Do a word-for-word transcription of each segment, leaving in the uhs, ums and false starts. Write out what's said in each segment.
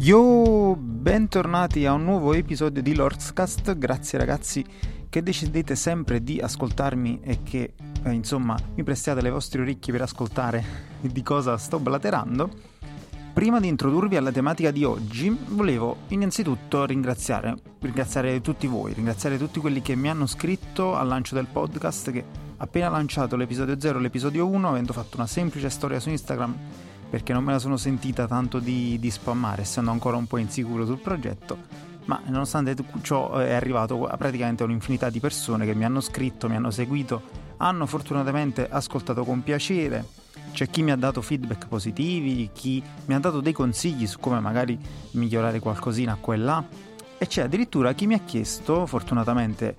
Yo, bentornati a un nuovo episodio di Lordscast. Grazie ragazzi che decidete sempre di ascoltarmi e che eh, insomma mi prestiate le vostre orecchie per ascoltare di cosa sto blaterando. Prima di introdurvi alla tematica di oggi volevo innanzitutto ringraziare ringraziare tutti voi, ringraziare tutti quelli che mi hanno scritto al lancio del podcast, che appena lanciato l'episodio zero e l'episodio uno, avendo fatto una semplice storia su Instagram perché non me la sono sentita tanto di, di spammare, essendo ancora un po' insicuro sul progetto, ma nonostante ciò è arrivato a praticamente un'infinità di persone che mi hanno scritto, mi hanno seguito, hanno fortunatamente ascoltato con piacere. C'è chi mi ha dato feedback positivi, chi mi ha dato dei consigli su come magari migliorare qualcosina qua e là, e c'è addirittura chi mi ha chiesto, fortunatamente,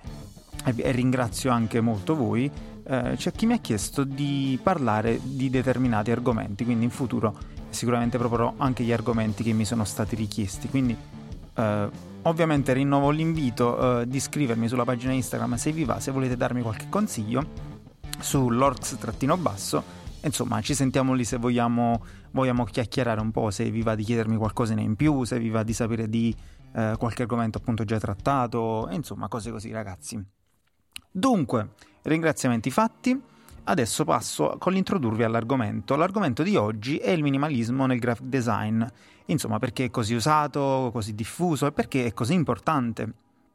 e ringrazio anche molto voi, eh, c'è chi mi ha chiesto di parlare di determinati argomenti, quindi in futuro sicuramente proporrò anche gli argomenti che mi sono stati richiesti, quindi eh, ovviamente rinnovo l'invito eh, di iscrivermi sulla pagina Instagram se vi va, se volete darmi qualche consiglio su lords-basso. Insomma, ci sentiamo lì se vogliamo, vogliamo chiacchierare un po', se vi va di chiedermi qualcosina in più, se vi va di sapere di eh, qualche argomento appunto già trattato, insomma cose così ragazzi. Dunque, ringraziamenti fatti, adesso passo con l'introdurvi all'argomento. L'argomento di oggi è il minimalismo nel graphic design, insomma perché è così usato, così diffuso e perché è così importante.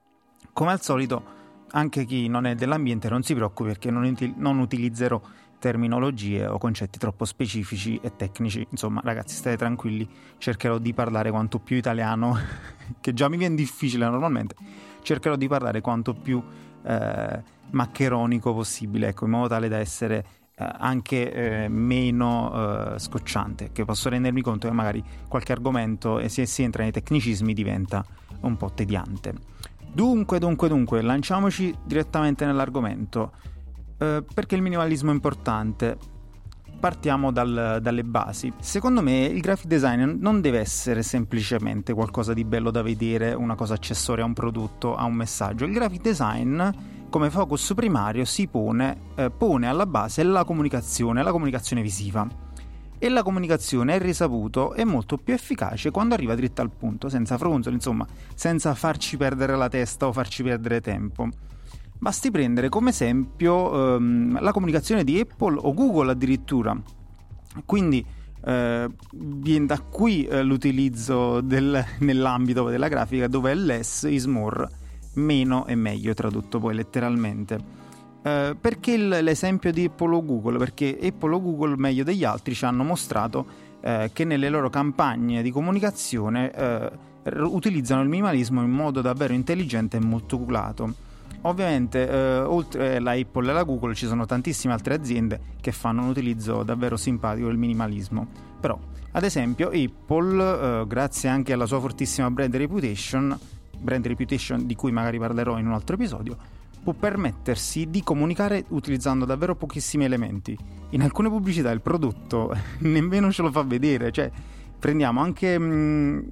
Come al solito, anche chi non è dell'ambiente non si preoccupi, perché non, util- non utilizzerò terminologie o concetti troppo specifici e tecnici. Insomma ragazzi, state tranquilli, cercherò di parlare quanto più italiano che già mi viene difficile normalmente, cercherò di parlare quanto più eh, maccheronico possibile, ecco, in modo tale da essere eh, anche eh, meno eh, scocciante, che posso rendermi conto che magari qualche argomento, e se si entra nei tecnicismi, diventa un po' tediante. Dunque dunque dunque lanciamoci direttamente nell'argomento. Uh, perché il minimalismo è importante? Partiamo dal, dalle basi. Secondo me il graphic design non deve essere semplicemente qualcosa di bello da vedere, una cosa accessoria a un prodotto, a un messaggio. Il graphic design come focus primario si pone, eh, pone alla base la comunicazione, la comunicazione visiva. E la comunicazione, è risaputo, è molto più efficace quando arriva dritta al punto, senza fronzoli, insomma, senza farci perdere la testa o farci perdere tempo. Basti prendere come esempio ehm, la comunicazione di Apple o Google addirittura. Quindi eh, viene da qui eh, l'utilizzo del, nell'ambito della grafica, dove less is more, meno è meglio, tradotto poi letteralmente. Eh, perché il, l'esempio di Apple o Google? Perché Apple o Google, meglio degli altri, ci hanno mostrato eh, che nelle loro campagne di comunicazione eh, utilizzano il minimalismo in modo davvero intelligente e molto oculato. Ovviamente eh, oltre la Apple e la Google ci sono tantissime altre aziende che fanno un utilizzo davvero simpatico del minimalismo, però ad esempio Apple, eh, grazie anche alla sua fortissima brand reputation, brand reputation di cui magari parlerò in un altro episodio, può permettersi di comunicare utilizzando davvero pochissimi elementi. In alcune pubblicità il prodotto nemmeno ce lo fa vedere, cioè prendiamo anche mh,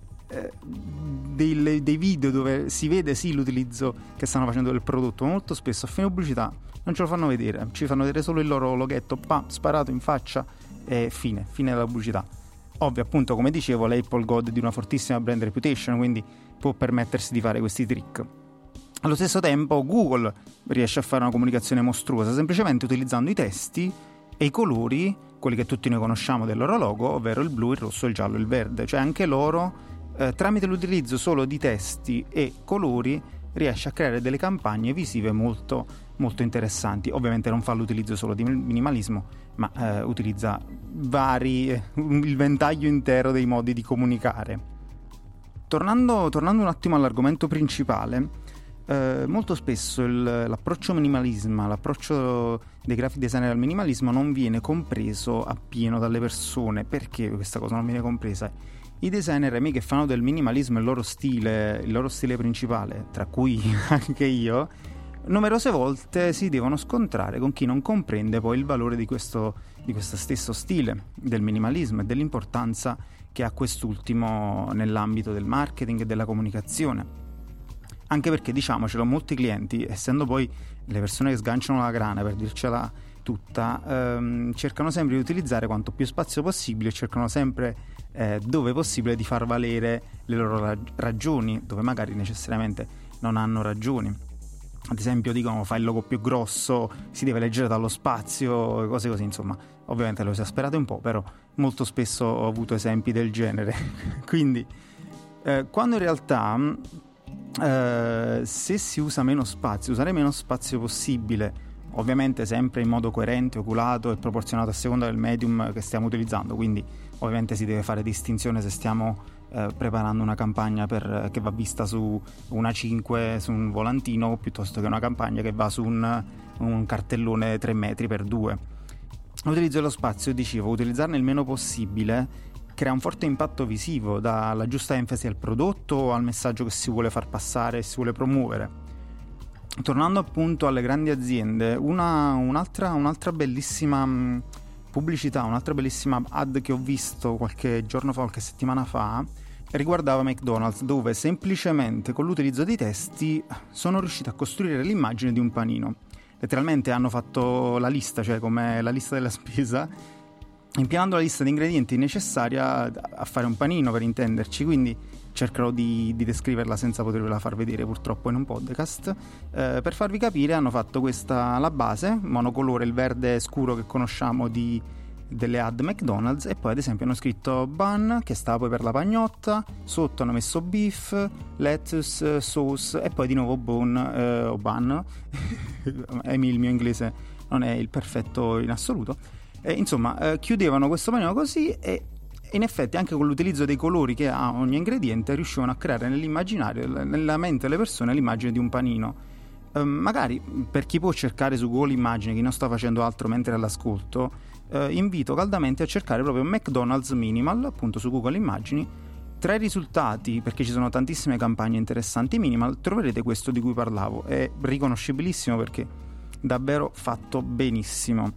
Dei, dei video dove si vede sì l'utilizzo che stanno facendo del prodotto, ma molto spesso a fine pubblicità non ce lo fanno vedere, ci fanno vedere solo il loro loghetto, pa, sparato in faccia e fine, fine della pubblicità. Ovvio, appunto, come dicevo, l'Apple gode di una fortissima brand reputation, quindi può permettersi di fare questi trick. Allo stesso tempo Google riesce a fare una comunicazione mostruosa semplicemente utilizzando i testi e i colori, quelli che tutti noi conosciamo del loro logo, ovvero il blu, il rosso, il giallo e il verde. Cioè anche loro Eh, tramite l'utilizzo solo di testi e colori riesce a creare delle campagne visive molto molto interessanti. Ovviamente non fa l'utilizzo solo di minimalismo, ma eh, utilizza vari eh, il ventaglio intero dei modi di comunicare. Tornando, tornando un attimo all'argomento principale, eh, molto spesso il, l'approccio minimalismo, l'approccio dei graphic designer al minimalismo non viene compreso appieno dalle persone. Perché questa cosa non viene compresa? I designer amici che fanno del minimalismo il loro stile, il loro stile principale, tra cui anche io, numerose volte si devono scontrare con chi non comprende poi il valore di questo, di questo stesso stile del minimalismo e dell'importanza che ha quest'ultimo nell'ambito del marketing e della comunicazione. Anche perché, diciamocelo, molti clienti, essendo poi le persone che sganciano la grana, per dircela tutta, ehm, cercano sempre di utilizzare quanto più spazio possibile, cercano sempre eh, dove possibile di far valere le loro rag- ragioni, dove magari necessariamente non hanno ragioni. Ad esempio dicono fai il logo più grosso, si deve leggere dallo spazio, cose così, insomma. Ovviamente lo esasperate un po', però molto spesso ho avuto esempi del genere. Quindi eh, quando in realtà eh, se si usa meno spazio, usare meno spazio possibile, ovviamente sempre in modo coerente, oculato e proporzionato a seconda del medium che stiamo utilizzando, quindi ovviamente si deve fare distinzione se stiamo eh, preparando una campagna per, che va vista su una cinque su un volantino, piuttosto che una campagna che va su un, un cartellone tre metri per due. L'utilizzo dello spazio, dicevo, utilizzarne il meno possibile crea un forte impatto visivo, dà la giusta enfasi al prodotto o al messaggio che si vuole far passare e si vuole promuovere. Tornando appunto alle grandi aziende, una, un'altra, un'altra bellissima mh, pubblicità, un'altra bellissima ad che ho visto qualche giorno fa, qualche settimana fa, riguardava McDonald's, dove semplicemente con l'utilizzo dei testi sono riusciti a costruire l'immagine di un panino. Letteralmente hanno fatto la lista, cioè come la lista della spesa, impianando la lista di ingredienti necessaria a fare un panino, per intenderci. Quindi cercherò di, di descriverla senza potervela far vedere purtroppo in un podcast. Eh, per farvi capire, hanno fatto questa, la base monocolore, il verde scuro che conosciamo di, delle ad McDonald's, e poi ad esempio hanno scritto bun, che stava poi per la pagnotta, sotto hanno messo beef, lettuce, sauce e poi di nuovo bone eh, o bun. Emi, il mio inglese non è il perfetto in assoluto. E, insomma, eh, chiudevano questo panino così, e in effetti anche con l'utilizzo dei colori che ha ogni ingrediente riuscivano a creare nell'immaginario, nella mente delle persone, l'immagine di un panino. Eh, magari per chi può cercare su Google Immagini, chi non sta facendo altro mentre all'ascolto, eh, invito caldamente a cercare proprio McDonald's Minimal appunto su Google Immagini. Tra i risultati, perché ci sono tantissime campagne interessanti Minimal, troverete questo di cui parlavo. È riconoscibilissimo perché davvero fatto benissimo.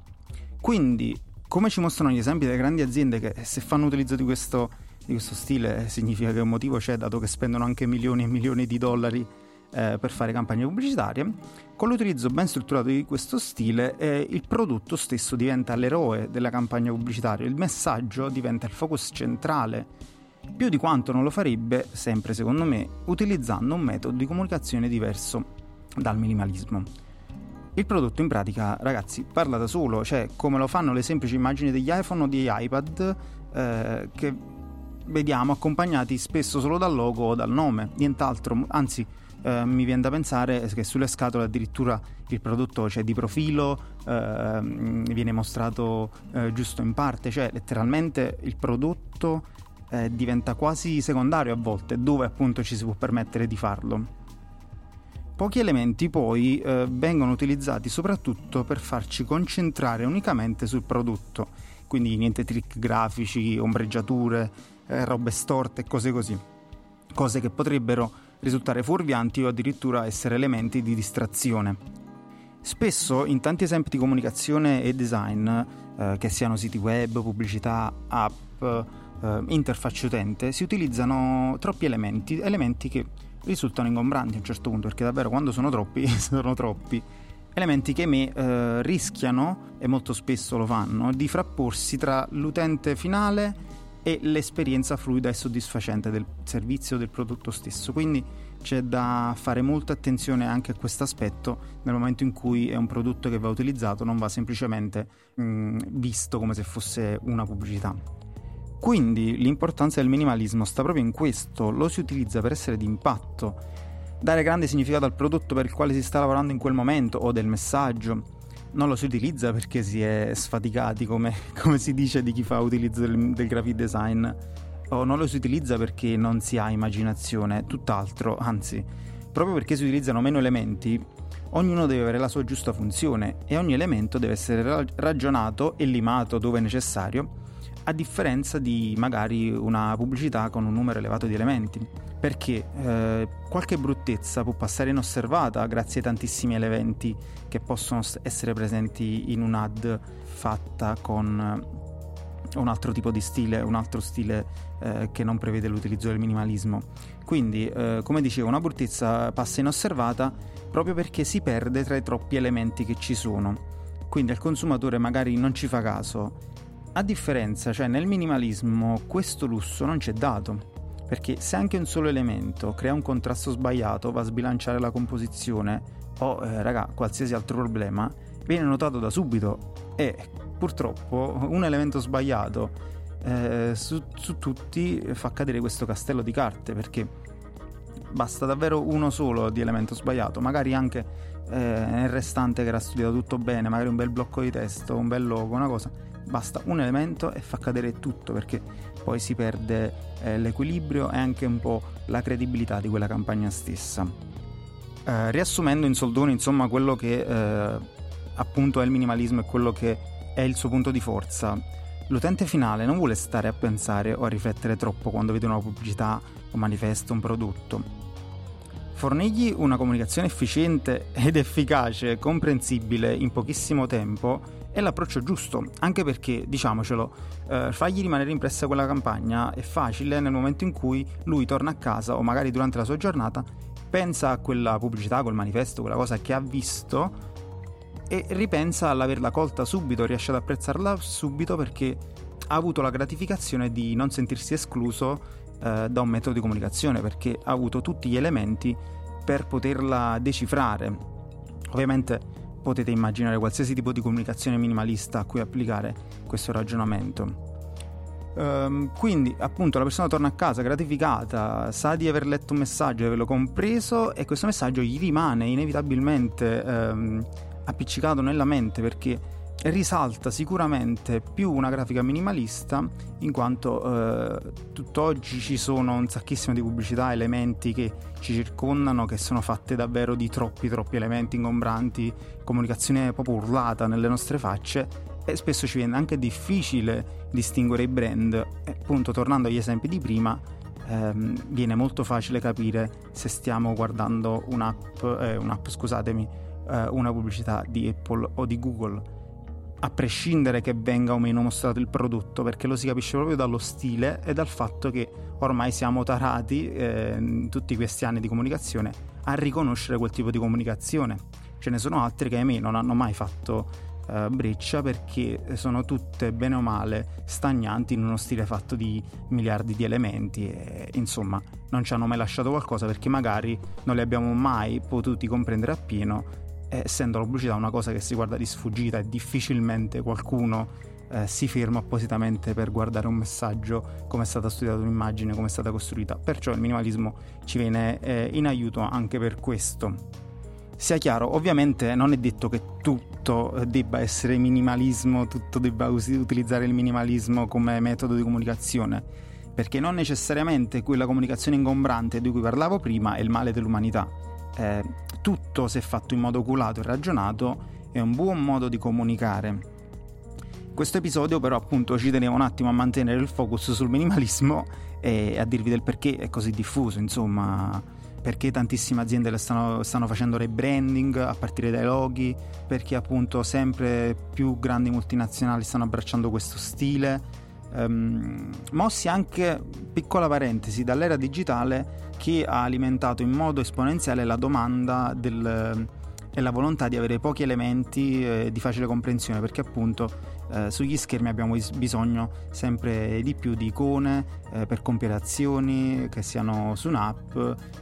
Quindi, come ci mostrano gli esempi delle grandi aziende che se fanno utilizzo di questo, di questo stile, significa che un motivo c'è, dato che spendono anche milioni e milioni di dollari eh, per fare campagne pubblicitarie, con l'utilizzo ben strutturato di questo stile eh, il prodotto stesso diventa l'eroe della campagna pubblicitaria, il messaggio diventa il focus centrale, più di quanto non lo farebbe, sempre secondo me, utilizzando un metodo di comunicazione diverso dal minimalismo. Il prodotto in pratica, ragazzi, parla da solo, cioè come lo fanno le semplici immagini degli iPhone o degli iPad eh, che vediamo accompagnati spesso solo dal logo o dal nome, nient'altro. Anzi, eh, mi viene da pensare che sulle scatole addirittura il prodotto c'è di profilo, eh, viene mostrato eh, giusto in parte, cioè letteralmente il prodotto eh, diventa quasi secondario a volte, dove appunto ci si può permettere di farlo. Pochi elementi poi eh, vengono utilizzati soprattutto per farci concentrare unicamente sul prodotto, quindi niente trick grafici, ombreggiature, eh, robe storte e cose così, cose che potrebbero risultare fuorvianti o addirittura essere elementi di distrazione. Spesso in tanti esempi di comunicazione e design, eh, che siano siti web, pubblicità, app, eh, interfacce utente, si utilizzano troppi elementi, elementi che risultano ingombranti a un certo punto, perché davvero quando sono troppi sono troppi elementi che me eh, rischiano, e molto spesso lo fanno, di frapporsi tra l'utente finale e l'esperienza fluida e soddisfacente del servizio o del prodotto stesso. Quindi c'è da fare molta attenzione anche a questo aspetto nel momento in cui è un prodotto che va utilizzato, non va semplicemente mh, visto come se fosse una pubblicità. Quindi l'importanza del minimalismo sta proprio in questo, lo si utilizza per essere di impatto, dare grande significato al prodotto per il quale si sta lavorando in quel momento o del messaggio. Non lo si utilizza perché si è sfaticati, come, come si dice di chi fa utilizzo del, del graphic design, o non lo si utilizza perché non si ha immaginazione, tutt'altro, anzi, proprio perché si utilizzano meno elementi, ognuno deve avere la sua giusta funzione e ogni elemento deve essere ragionato e limato dove è necessario, a differenza di magari una pubblicità con un numero elevato di elementi, perché eh, qualche bruttezza può passare inosservata grazie ai tantissimi elementi che possono essere presenti in un'ad fatta con un altro tipo di stile, un altro stile eh, che non prevede l'utilizzo del minimalismo. Quindi, eh, come dicevo, una bruttezza passa inosservata proprio perché si perde tra i troppi elementi che ci sono. Quindi al consumatore magari non ci fa caso. a differenza, cioè nel minimalismo questo lusso non c'è dato, perché se anche un solo elemento crea un contrasto sbagliato, va a sbilanciare la composizione o eh, raga, qualsiasi altro problema, viene notato da subito e purtroppo un elemento sbagliato eh, su, su tutti fa cadere questo castello di carte, perché basta davvero uno solo di elemento sbagliato, magari anche eh, nel restante che era studiato tutto bene, magari un bel blocco di testo, un bel logo, una cosa, basta un elemento e fa cadere tutto, perché poi si perde eh, l'equilibrio e anche un po' la credibilità di quella campagna stessa. Eh, riassumendo in soldoni, insomma, quello che eh, appunto è il minimalismo e quello che è il suo punto di forza, l'utente finale non vuole stare a pensare o a riflettere troppo quando vede una pubblicità, un manifesto, un prodotto. Fornirgli una comunicazione efficiente ed efficace, comprensibile in pochissimo tempo, è l'approccio giusto, anche perché, diciamocelo, eh, fargli rimanere impressa quella campagna è facile nel momento in cui lui torna a casa o magari durante la sua giornata, pensa a quella pubblicità, quel manifesto, quella cosa che ha visto e ripensa all'averla colta subito, riesce ad apprezzarla subito perché ha avuto la gratificazione di non sentirsi escluso eh, da un metodo di comunicazione, perché ha avuto tutti gli elementi per poterla decifrare. Ovviamente potete immaginare qualsiasi tipo di comunicazione minimalista a cui applicare questo ragionamento. Um, quindi appunto la persona torna a casa gratificata, sa di aver letto un messaggio, di averlo compreso, e questo messaggio gli rimane inevitabilmente um, appiccicato nella mente, perché risalta sicuramente più una grafica minimalista, in quanto eh, tutt'oggi ci sono un sacchissimo di pubblicità, elementi che ci circondano, che sono fatte davvero di troppi troppi elementi ingombranti, comunicazione proprio urlata nelle nostre facce, e spesso ci viene anche difficile distinguere i brand. E appunto, tornando agli esempi di prima, ehm, viene molto facile capire se stiamo guardando un'app, eh, un'app scusatemi, eh, una pubblicità di Apple o di Google, a prescindere che venga o meno mostrato il prodotto, perché lo si capisce proprio dallo stile e dal fatto che ormai siamo tarati eh, in tutti questi anni di comunicazione a riconoscere quel tipo di comunicazione. Ce ne sono altri che ahimè non hanno mai fatto eh, breccia, perché sono tutte bene o male stagnanti in uno stile fatto di miliardi di elementi e insomma non ci hanno mai lasciato qualcosa, perché magari non li abbiamo mai potuti comprendere appieno, essendo la pubblicità una cosa che si guarda di sfuggita e difficilmente qualcuno eh, si ferma appositamente per guardare un messaggio, come è stata studiata un'immagine, come è stata costruita. Perciò il minimalismo ci viene eh, in aiuto anche per questo. Sia chiaro, ovviamente non è detto che tutto debba essere minimalismo, tutto debba us- utilizzare il minimalismo come metodo di comunicazione, perché non necessariamente quella comunicazione ingombrante di cui parlavo prima è il male dell'umanità. Eh, tutto, se fatto in modo oculato e ragionato, è un buon modo di comunicare. Questo episodio però appunto ci tenevo un attimo a mantenere il focus sul minimalismo e a dirvi del perché è così diffuso, insomma, perché tantissime aziende le stanno, stanno facendo rebranding a partire dai loghi, perché appunto sempre più grandi multinazionali stanno abbracciando questo stile, um, mossi anche, piccola parentesi, dall'era digitale che ha alimentato in modo esponenziale la domanda del, e la volontà di avere pochi elementi eh, di facile comprensione, perché appunto eh, sugli schermi abbiamo bisogno sempre di più di icone eh, per compiere azioni, che siano su un'app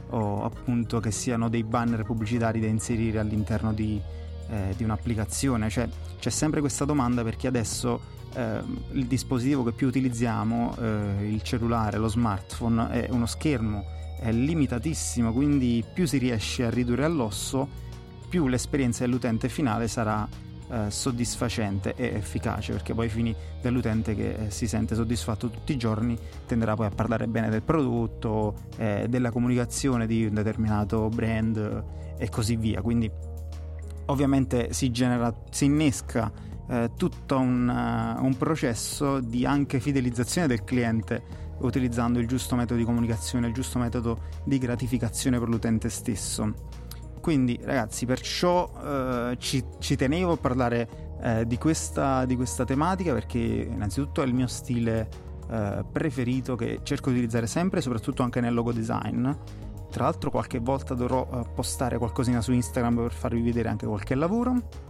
o appunto che siano dei banner pubblicitari da inserire all'interno di, eh, di un'applicazione. Cioè c'è sempre questa domanda, perché adesso eh, il dispositivo che più utilizziamo, eh, il cellulare, lo smartphone, è uno schermo è limitatissimo, quindi più si riesce a ridurre all'osso, più l'esperienza dell'utente finale sarà eh, soddisfacente e efficace, perché poi ai fini dell'utente che eh, si sente soddisfatto tutti i giorni tenderà poi a parlare bene del prodotto, eh, della comunicazione di un determinato brand eh, e così via. Quindi ovviamente si genera, si innesca eh, tutto un, uh, un processo di anche fidelizzazione del cliente, utilizzando il giusto metodo di comunicazione, il giusto metodo di gratificazione per l'utente stesso. Quindi ragazzi, perciò eh, ci, ci tenevo a parlare eh, di, questa, di questa tematica, perché innanzitutto è il mio stile eh, preferito, che cerco di utilizzare sempre, soprattutto anche nel logo design. Tra l'altro qualche volta dovrò eh, postare qualcosina su Instagram per farvi vedere anche qualche lavoro.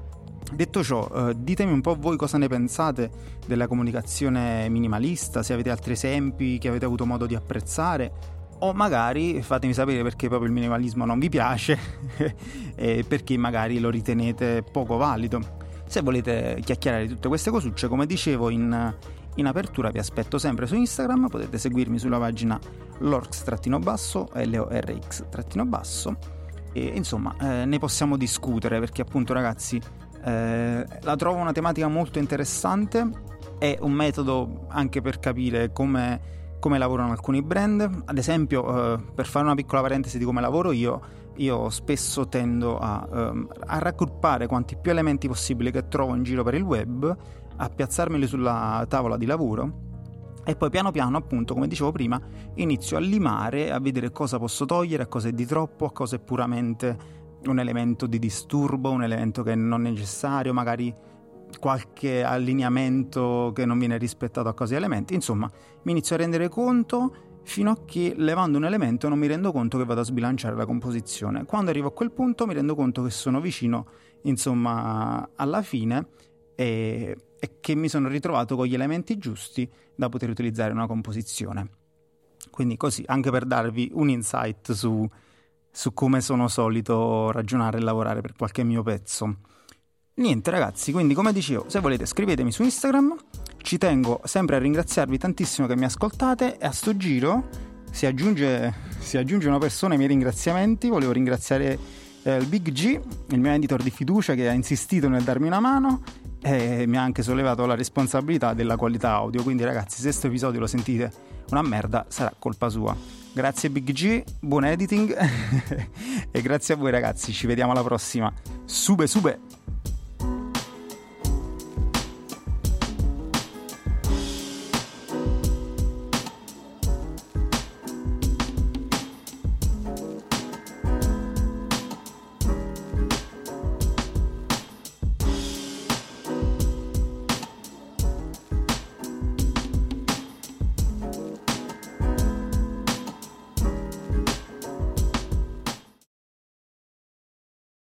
Detto ciò, eh, ditemi un po' voi cosa ne pensate della comunicazione minimalista, se avete altri esempi che avete avuto modo di apprezzare, o magari fatemi sapere perché proprio il minimalismo non vi piace e perché magari lo ritenete poco valido. Se volete chiacchierare di tutte queste cosucce, come dicevo in, in apertura, vi aspetto sempre su Instagram, potete seguirmi sulla pagina lorx-basso, L O R X-basso, e insomma eh, ne possiamo discutere, perché appunto ragazzi Eh, la trovo una tematica molto interessante, è un metodo anche per capire come, come lavorano alcuni brand. Ad esempio, eh, per fare una piccola parentesi di come lavoro io, io spesso tendo a, ehm, a raggruppare quanti più elementi possibili che trovo in giro per il web, a piazzarmeli sulla tavola di lavoro e poi piano piano, appunto, come dicevo prima, inizio a limare, a vedere cosa posso togliere, a cosa è di troppo, a cosa è puramente un elemento di disturbo, un elemento che non è necessario, magari qualche allineamento che non viene rispettato a casi elementi. Insomma, mi inizio a rendere conto fino a che, levando un elemento, non mi rendo conto che vado a sbilanciare la composizione. Quando arrivo a quel punto mi rendo conto che sono vicino, insomma, alla fine e, e che mi sono ritrovato con gli elementi giusti da poter utilizzare in una composizione. Quindi così, anche per darvi un insight su su come sono solito ragionare e lavorare per qualche mio pezzo. Niente ragazzi, quindi come dicevo, se volete scrivetemi su Instagram, ci tengo sempre a ringraziarvi tantissimo che mi ascoltate e a sto giro si aggiunge, si aggiunge una persona ai miei ringraziamenti. Volevo ringraziare eh, il Big G, il mio editor di fiducia, che ha insistito nel darmi una mano e mi ha anche sollevato la responsabilità della qualità audio, quindi ragazzi, se questo episodio lo sentite una merda sarà colpa sua. Grazie Big G, buon editing e grazie a voi ragazzi, ci vediamo alla prossima. Sube sube!